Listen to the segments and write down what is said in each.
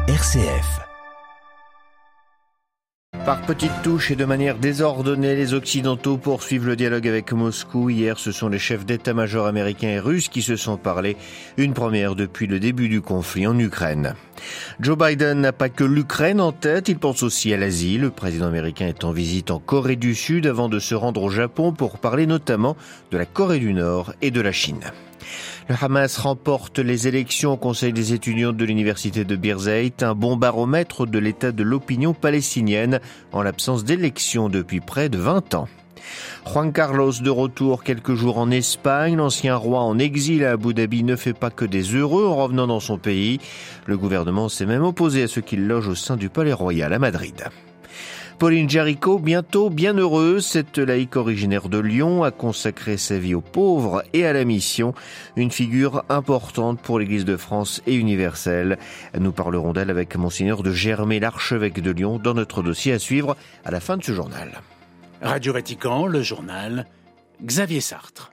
RCF. Par petites touches et de manière désordonnée, les Occidentaux poursuivent le dialogue avec Moscou. Hier, ce sont les chefs d'état-major américains et russes qui se sont parlé. Une première depuis le début du conflit en Ukraine. Joe Biden n'a pas que l'Ukraine en tête, il pense aussi à l'Asie. Le président américain est en visite en Corée du Sud avant de se rendre au Japon pour parler notamment de la Corée du Nord et de la Chine. Le Hamas remporte les élections au Conseil des étudiants de l'université de Birzeit, un bon baromètre de l'état de l'opinion palestinienne en l'absence d'élections depuis près de 20 ans. Juan Carlos de retour quelques jours en Espagne. L'ancien roi en exil à Abu Dhabi ne fait pas que des heureux en revenant dans son pays. Le gouvernement s'est même opposé à ce qu'il loge au sein du Palais Royal à Madrid. Pauline Jaricot, bientôt bien heureuse, cette laïque originaire de Lyon a consacré sa vie aux pauvres et à la mission, une figure importante pour l'Église de France et universelle. Nous parlerons d'elle avec Monseigneur de Germay, l'archevêque de Lyon, dans notre dossier à suivre à la fin de ce journal. Radio Vatican, le journal, Xavier Sartre.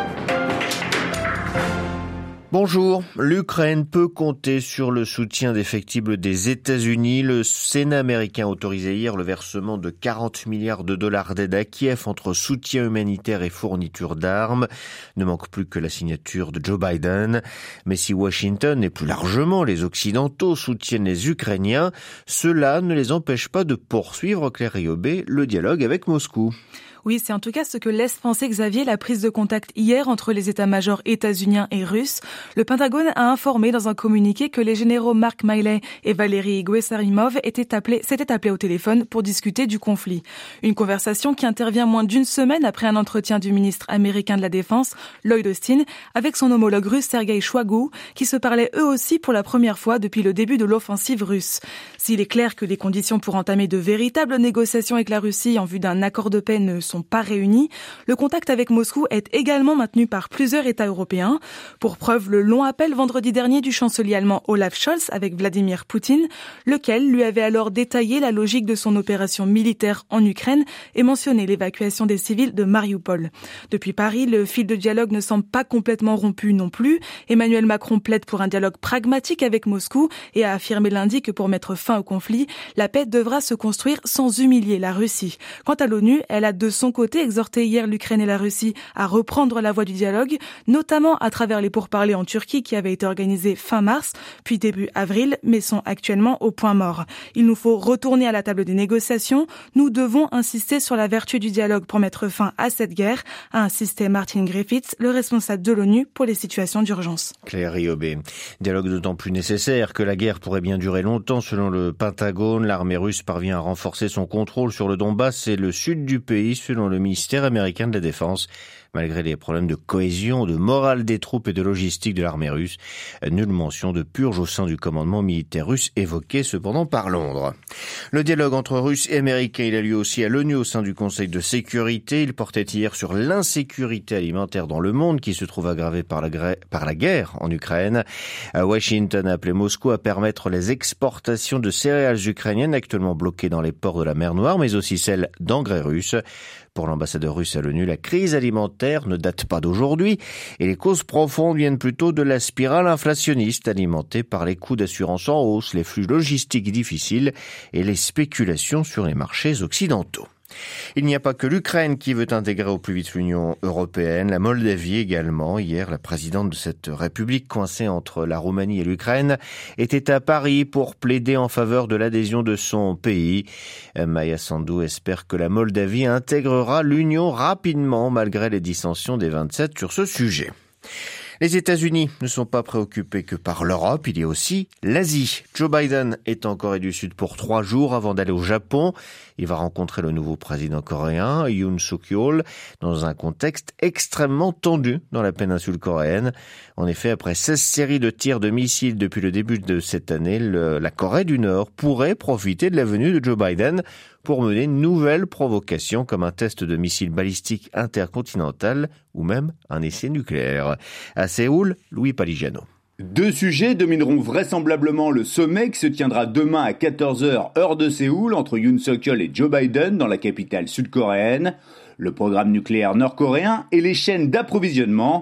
Bonjour. L'Ukraine peut compter sur le soutien défectible des États-Unis. Le Sénat américain a autorisé hier le versement de 40 milliards de dollars d'aide à Kiev entre soutien humanitaire et fourniture d'armes. Ne manque plus que la signature de Joe Biden. Mais si Washington et plus largement les Occidentaux soutiennent les Ukrainiens, cela ne les empêche pas de poursuivre, Claire Riobé, le dialogue avec Moscou. Oui, c'est en tout cas ce que laisse penser Xavier la prise de contact hier entre les états-majors états-uniens et russes. Le Pentagone a informé dans un communiqué que les généraux Mark Milley et Valery Guessarimov s'étaient appelés au téléphone pour discuter du conflit. Une conversation qui intervient moins d'une semaine après un entretien du ministre américain de la Défense, Lloyd Austin, avec son homologue russe Sergei Shoigu, qui se parlaient eux aussi pour la première fois depuis le début de l'offensive russe. S'il est clair que les conditions pour entamer de véritables négociations avec la Russie en vue d'un accord de paix ne sont pas réunis, le contact avec Moscou est également maintenu par plusieurs États européens. Pour preuve, le long appel vendredi dernier du chancelier allemand Olaf Scholz avec Vladimir Poutine, lequel lui avait alors détaillé la logique de son opération militaire en Ukraine et mentionné l'évacuation des civils de Mariupol. Depuis Paris, le fil de dialogue ne semble pas complètement rompu non plus. Emmanuel Macron plaide pour un dialogue pragmatique avec Moscou et a affirmé lundi que pour mettre fin au conflit, la paix devra se construire sans humilier la Russie. Quant à l'ONU, elle a de son côté exhorté hier l'Ukraine et la Russie à reprendre la voie du dialogue, notamment à travers les pourparlers en Turquie qui avaient été organisés fin mars, puis début avril, mais sont actuellement au point mort. Il nous faut retourner à la table des négociations. Nous devons insister sur la vertu du dialogue pour mettre fin à cette guerre, a insisté Martin Griffiths, le responsable de l'ONU pour les situations d'urgence. Claire Riobé. Dialogue d'autant plus nécessaire que la guerre pourrait bien durer longtemps. Selon le Pentagone, l'armée russe parvient à renforcer son contrôle sur le Donbass et le sud du pays, selon le ministère américain de la Défense. Malgré les problèmes de cohésion, de morale des troupes et de logistique de l'armée russe, nulle mention de purge au sein du commandement militaire russe évoqué cependant par Londres. Le dialogue entre Russes et Américains, il a lieu aussi à l'ONU au sein du Conseil de sécurité. Il portait hier sur l'insécurité alimentaire dans le monde qui se trouve aggravée par la guerre en Ukraine. Washington a appelé Moscou à permettre les exportations de céréales ukrainiennes actuellement bloquées dans les ports de la mer Noire, mais aussi celles d'engrais russes. Pour l'ambassadeur russe à l'ONU, la crise alimentaire ne date pas d'aujourd'hui et les causes profondes viennent plutôt de la spirale inflationniste alimentée par les coûts d'assurance en hausse, les flux logistiques difficiles et les spéculations sur les marchés occidentaux. Il n'y a pas que l'Ukraine qui veut intégrer au plus vite l'Union européenne, la Moldavie également. Hier, la présidente de cette république coincée entre la Roumanie et l'Ukraine était à Paris pour plaider en faveur de l'adhésion de son pays. Maia Sandu espère que la Moldavie intégrera l'Union rapidement malgré les dissensions des 27 sur ce sujet. Les États-Unis ne sont pas préoccupés que par l'Europe, il y a aussi l'Asie. Joe Biden est en Corée du Sud pour 3 jours avant d'aller au Japon. Il va rencontrer le nouveau président coréen, Yoon Suk-yeol, dans un contexte extrêmement tendu dans la péninsule coréenne. En effet, après 16 séries de tirs de missiles depuis le début de cette année, la Corée du Nord pourrait profiter de la venue de Joe Biden pour mener une nouvelle provocation comme un test de missile balistique intercontinental ou même un essai nucléaire. À Séoul, Louis Paligiano. 2 sujets domineront vraisemblablement le sommet qui se tiendra demain à 14h heure de Séoul entre Yoon Suk-yeol et Joe Biden dans la capitale sud-coréenne, le programme nucléaire nord-coréen et les chaînes d'approvisionnement.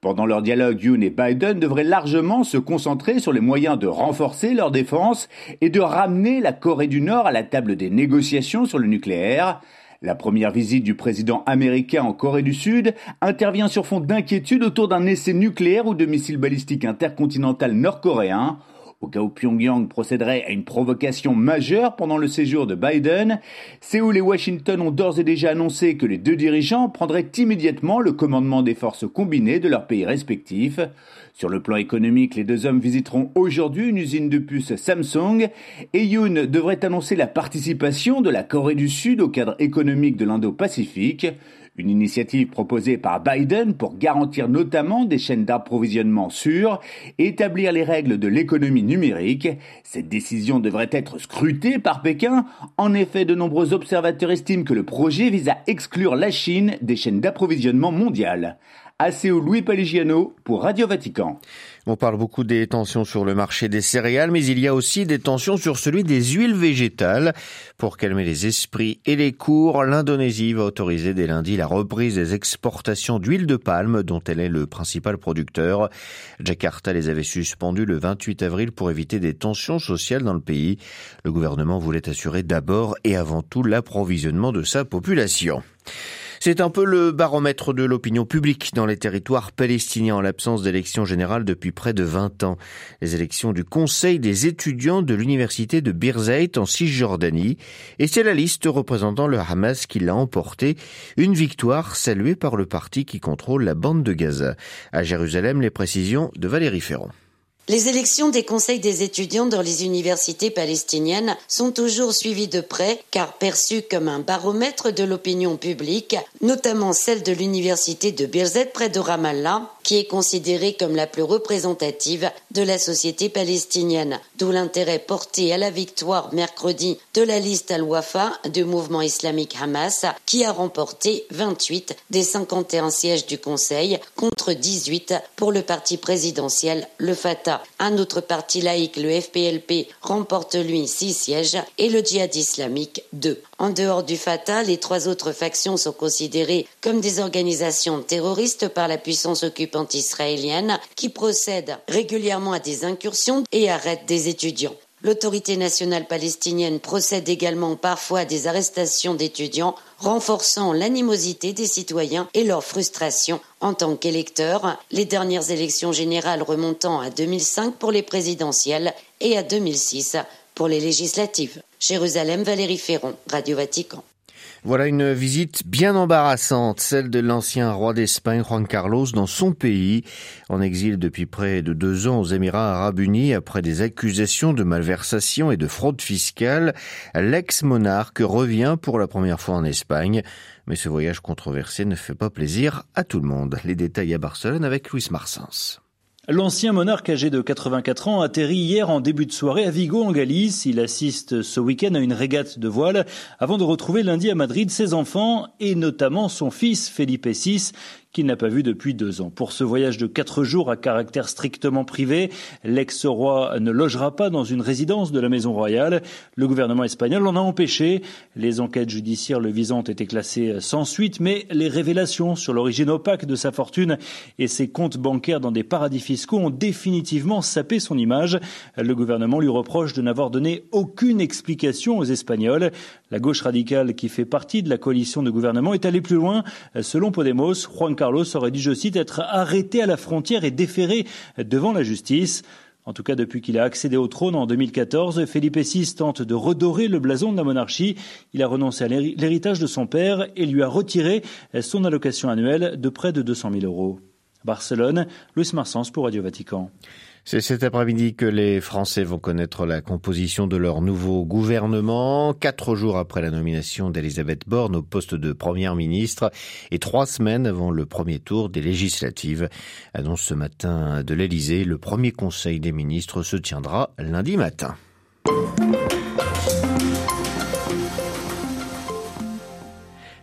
Pendant leur dialogue, Yoon et Biden devraient largement se concentrer sur les moyens de renforcer leur défense et de ramener la Corée du Nord à la table des négociations sur le nucléaire. La première visite du président américain en Corée du Sud intervient sur fond d'inquiétude autour d'un essai nucléaire ou de missiles balistiques intercontinental nord-coréen. Au cas où Pyongyang procéderait à une provocation majeure pendant le séjour de Biden, Séoul et Washington ont d'ores et déjà annoncé que les deux dirigeants prendraient immédiatement le commandement des forces combinées de leurs pays respectifs. Sur le plan économique, les deux hommes visiteront aujourd'hui une usine de puces Samsung et Yoon devrait annoncer la participation de la Corée du Sud au cadre économique de l'Indo-Pacifique. Une initiative proposée par Biden pour garantir notamment des chaînes d'approvisionnement sûres et établir les règles de l'économie numérique. Cette décision devrait être scrutée par Pékin. En effet, de nombreux observateurs estiment que le projet vise à exclure la Chine des chaînes d'approvisionnement mondiales. À Séoul, Louis Paligiano pour Radio Vatican. On parle beaucoup des tensions sur le marché des céréales, mais il y a aussi des tensions sur celui des huiles végétales. Pour calmer les esprits et les cours, l'Indonésie va autoriser dès lundi la reprise des exportations d'huile de palme dont elle est le principal producteur. Jakarta les avait suspendues le 28 avril pour éviter des tensions sociales dans le pays. Le gouvernement voulait assurer d'abord et avant tout l'approvisionnement de sa population. C'est un peu le baromètre de l'opinion publique dans les territoires palestiniens en l'absence d'élections générales depuis près de 20 ans. Les élections du Conseil des étudiants de l'université de Birzeit en Cisjordanie. Et c'est la liste représentant le Hamas qui l'a emporté. Une victoire saluée par le parti qui contrôle la bande de Gaza. À Jérusalem, les précisions de Valérie Ferron. Les élections des conseils des étudiants dans les universités palestiniennes sont toujours suivies de près car perçues comme un baromètre de l'opinion publique, notamment celle de l'université de Birzeit près de Ramallah, qui est considérée comme la plus représentative de la société palestinienne, d'où l'intérêt porté à la victoire mercredi de la liste Al-Wafa du mouvement islamique Hamas, qui a remporté 28 des 51 sièges du Conseil contre 18 pour le parti présidentiel, le Fatah. Un autre parti laïque, le FPLP, remporte lui 6 sièges et le djihad islamique 2. En dehors du Fatah, les 3 autres factions sont considérées comme des organisations terroristes par la puissance occupante israélienne qui procède régulièrement à des incursions et arrête des étudiants. L'autorité nationale palestinienne procède également parfois à des arrestations d'étudiants, renforçant l'animosité des citoyens et leur frustration en tant qu'électeurs, les dernières élections générales remontant à 2005 pour les présidentielles et à 2006 pour les législatives. Jérusalem, Valérie Ferron, Radio Vatican. Voilà une visite bien embarrassante, celle de l'ancien roi d'Espagne, Juan Carlos, dans son pays, en exil depuis près de 2 ans aux Émirats arabes unis après des accusations de malversation et de fraude fiscale. L'ex-monarque revient pour la première fois en Espagne, mais ce voyage controversé ne fait pas plaisir à tout le monde. Les détails à Barcelone avec Luis Marsens. L'ancien monarque âgé de 84 ans atterrit hier en début de soirée à Vigo en Galice. Il assiste ce week-end à une régate de voile avant de retrouver lundi à Madrid ses enfants et notamment son fils Felipe VI qu'il n'a pas vu depuis 2 ans. Pour ce voyage de 4 jours à caractère strictement privé, l'ex-roi ne logera pas dans une résidence de la Maison Royale. Le gouvernement espagnol l'en a empêché. Les enquêtes judiciaires le visant ont été classées sans suite, mais les révélations sur l'origine opaque de sa fortune et ses comptes bancaires dans des paradis fiscaux ont définitivement sapé son image. Le gouvernement lui reproche de n'avoir donné aucune explication aux Espagnols. La gauche radicale qui fait partie de la coalition de gouvernement est allée plus loin. Selon Podemos, Juan Carlos aurait dû, je cite, être arrêté à la frontière et déféré devant la justice. En tout cas, depuis qu'il a accédé au trône en 2014, Felipe VI tente de redorer le blason de la monarchie. Il a renoncé à l'héritage de son père et lui a retiré son allocation annuelle de près de 200 000 €. Barcelone, Luis Marsens pour Radio Vatican. C'est cet après-midi que les Français vont connaître la composition de leur nouveau gouvernement, 4 jours après la nomination d'Elisabeth Borne au poste de première ministre et 3 semaines avant le premier tour des législatives. Annonce ce matin de l'Élysée, le premier conseil des ministres se tiendra lundi matin.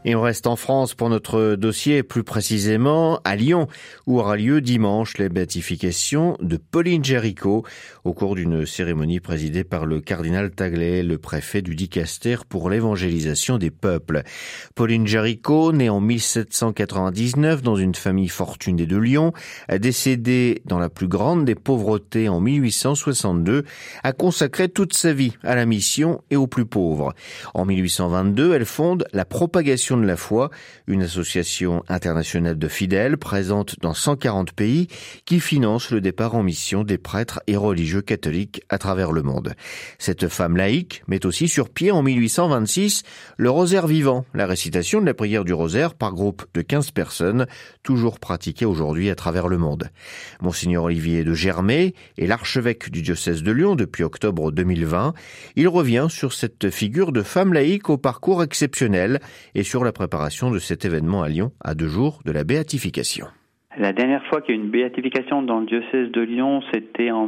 Et on reste en France pour notre dossier, plus précisément à Lyon, où aura lieu dimanche la béatification de Pauline Jaricot au cours d'une cérémonie présidée par le cardinal Taglay, le préfet du Dicaster pour l'évangélisation des peuples. Pauline Jaricot, née en 1799 dans une famille fortunée de Lyon, décédée dans la plus grande des pauvretés en 1862, a consacré toute sa vie à la mission et aux plus pauvres. En 1822, elle fonde la Propagation de la foi, une association internationale de fidèles présente dans 140 pays qui finance le départ en mission des prêtres et religieux catholiques à travers le monde. Cette femme laïque met aussi sur pied en 1826 le rosaire vivant, la récitation de la prière du rosaire par groupe de 15 personnes, toujours pratiquée aujourd'hui à travers le monde. Monseigneur Olivier de Germay est l'archevêque du diocèse de Lyon depuis octobre 2020. Il revient sur cette figure de femme laïque au parcours exceptionnel et sur la préparation de cet événement à Lyon à 2 jours de la béatification. La dernière fois qu'il y a eu une béatification dans le diocèse de Lyon, c'était en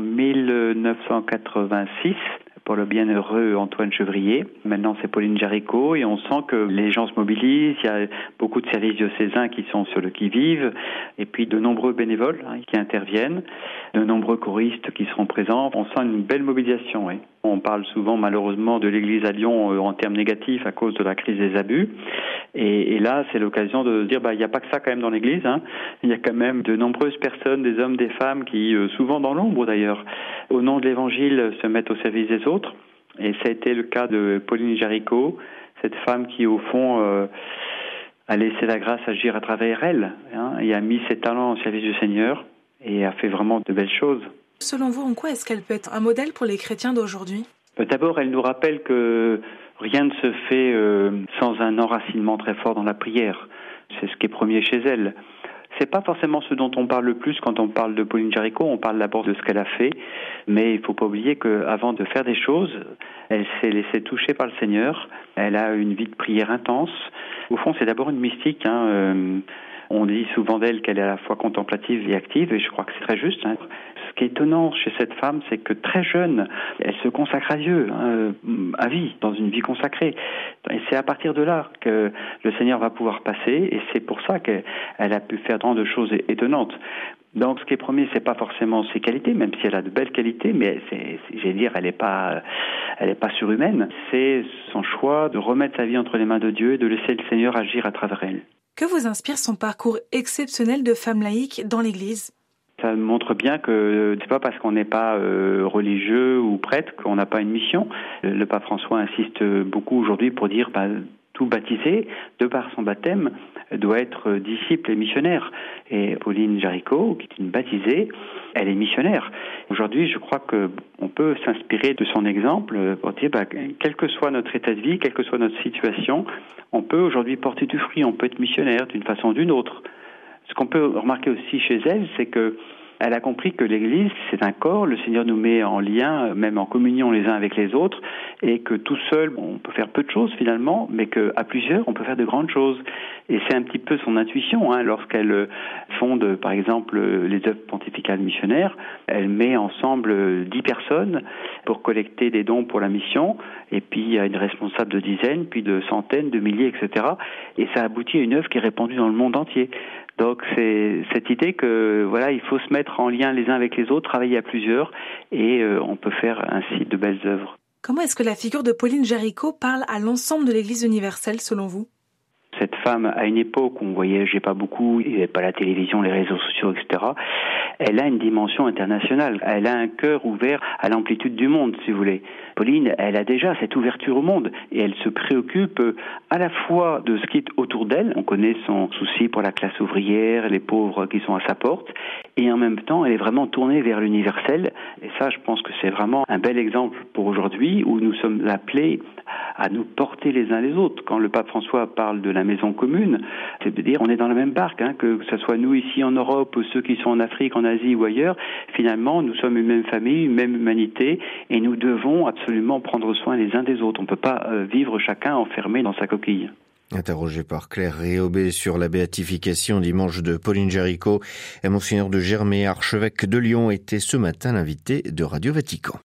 1986 pour le bienheureux Antoine Chevrier. Maintenant, c'est Pauline Jaricot et on sent que les gens se mobilisent. Il y a beaucoup de services diocésains qui sont sur le qui-vive et puis de nombreux bénévoles qui interviennent, de nombreux choristes qui seront présents. On sent une belle mobilisation. Oui. On parle souvent malheureusement de l'Église à Lyon en termes négatifs à cause de la crise des abus. Et là, c'est l'occasion de dire, il n'y a pas que ça quand même dans l'Église. Il y a quand même de nombreuses personnes, des hommes, des femmes qui, souvent dans l'ombre d'ailleurs, au nom de l'Évangile, se mettent au service des autres. Et ça a été le cas de Pauline Jaricot, cette femme qui, au fond, a laissé la grâce agir à travers elle, et a mis ses talents au service du Seigneur et a fait vraiment de belles choses. Selon vous, en quoi est-ce qu'elle peut être un modèle pour les chrétiens d'aujourd'hui ? D'abord, elle nous rappelle que rien ne se fait sans un enracinement très fort dans la prière. C'est ce qui est premier chez elle. C'est pas forcément ce dont on parle le plus quand on parle de Pauline Jaricot. On parle d'abord de ce qu'elle a fait, mais il faut pas oublier qu'avant de faire des choses, elle s'est laissée toucher par le Seigneur. Elle a une vie de prière intense. Au fond, c'est d'abord une mystique. On dit souvent d'elle qu'elle est à la fois contemplative et active, et je crois que c'est très juste. Ce qui est étonnant chez cette femme, c'est que très jeune, elle se consacre à Dieu, à vie, dans une vie consacrée. Et c'est à partir de là que le Seigneur va pouvoir passer, et c'est pour ça qu'elle a pu faire tant de choses étonnantes. Donc, ce qui est premier, c'est pas forcément ses qualités, même si elle a de belles qualités, mais elle n'est pas surhumaine. C'est son choix de remettre sa vie entre les mains de Dieu et de laisser le Seigneur agir à travers elle. Que vous inspire son parcours exceptionnel de femme laïque dans l'Église ? Ça montre bien que c'est pas parce qu'on n'est pas religieux ou prêtre qu'on n'a pas une mission. Le pape François insiste beaucoup aujourd'hui pour dire tout baptisé, de par son baptême, doit être disciple et missionnaire. Et Pauline Jaricot, qui est une baptisée, elle est missionnaire. Aujourd'hui, je crois qu'on peut s'inspirer de son exemple pour dire, quel que soit notre état de vie, quelle que soit notre situation, on peut aujourd'hui porter du fruit, on peut être missionnaire d'une façon ou d'une autre. Ce qu'on peut remarquer aussi chez elle, c'est que elle a compris que l'Église, c'est un corps, le Seigneur nous met en lien, même en communion les uns avec les autres, et que tout seul, on peut faire peu de choses finalement, mais qu'à plusieurs, on peut faire de grandes choses. Et c'est un petit peu son intuition, lorsqu'elle fonde, par exemple, les œuvres pontificales missionnaires, elle met ensemble 10 personnes pour collecter des dons pour la mission, et puis il y a une responsable de dizaines, puis de centaines, de milliers, etc. Et ça aboutit à une œuvre qui est répandue dans le monde entier. Donc c'est cette idée que il faut se mettre en lien les uns avec les autres, travailler à plusieurs, et on peut faire ainsi de belles œuvres. Comment est-ce que la figure de Pauline Jaricot parle à l'ensemble de l'Église universelle, selon vous ? Cette femme, à une époque où on voyageait pas beaucoup, il n'y avait pas la télévision, les réseaux sociaux, etc., elle a une dimension internationale. Elle a un cœur ouvert à l'amplitude du monde, si vous voulez. Pauline, elle a déjà cette ouverture au monde et elle se préoccupe à la fois de ce qui est autour d'elle. On connaît son souci pour la classe ouvrière, les pauvres qui sont à sa porte, et en même temps, elle est vraiment tournée vers l'universel. Et ça, je pense que c'est vraiment un bel exemple pour aujourd'hui où nous sommes appelés à nous porter les uns les autres. Quand le pape François parle de la maison commune, c'est-à-dire on est dans la même barque, que ce soit nous ici en Europe ou ceux qui sont en Afrique, en Asie ou ailleurs, finalement nous sommes une même famille, une même humanité et nous devons absolument prendre soin les uns des autres. On ne peut pas vivre chacun enfermé dans sa coquille. Interrogé par Claire Réaubé sur la béatification dimanche de Pauline Jaricot, Monseigneur de Germay, archevêque de Lyon, était ce matin l'invité de Radio Vatican.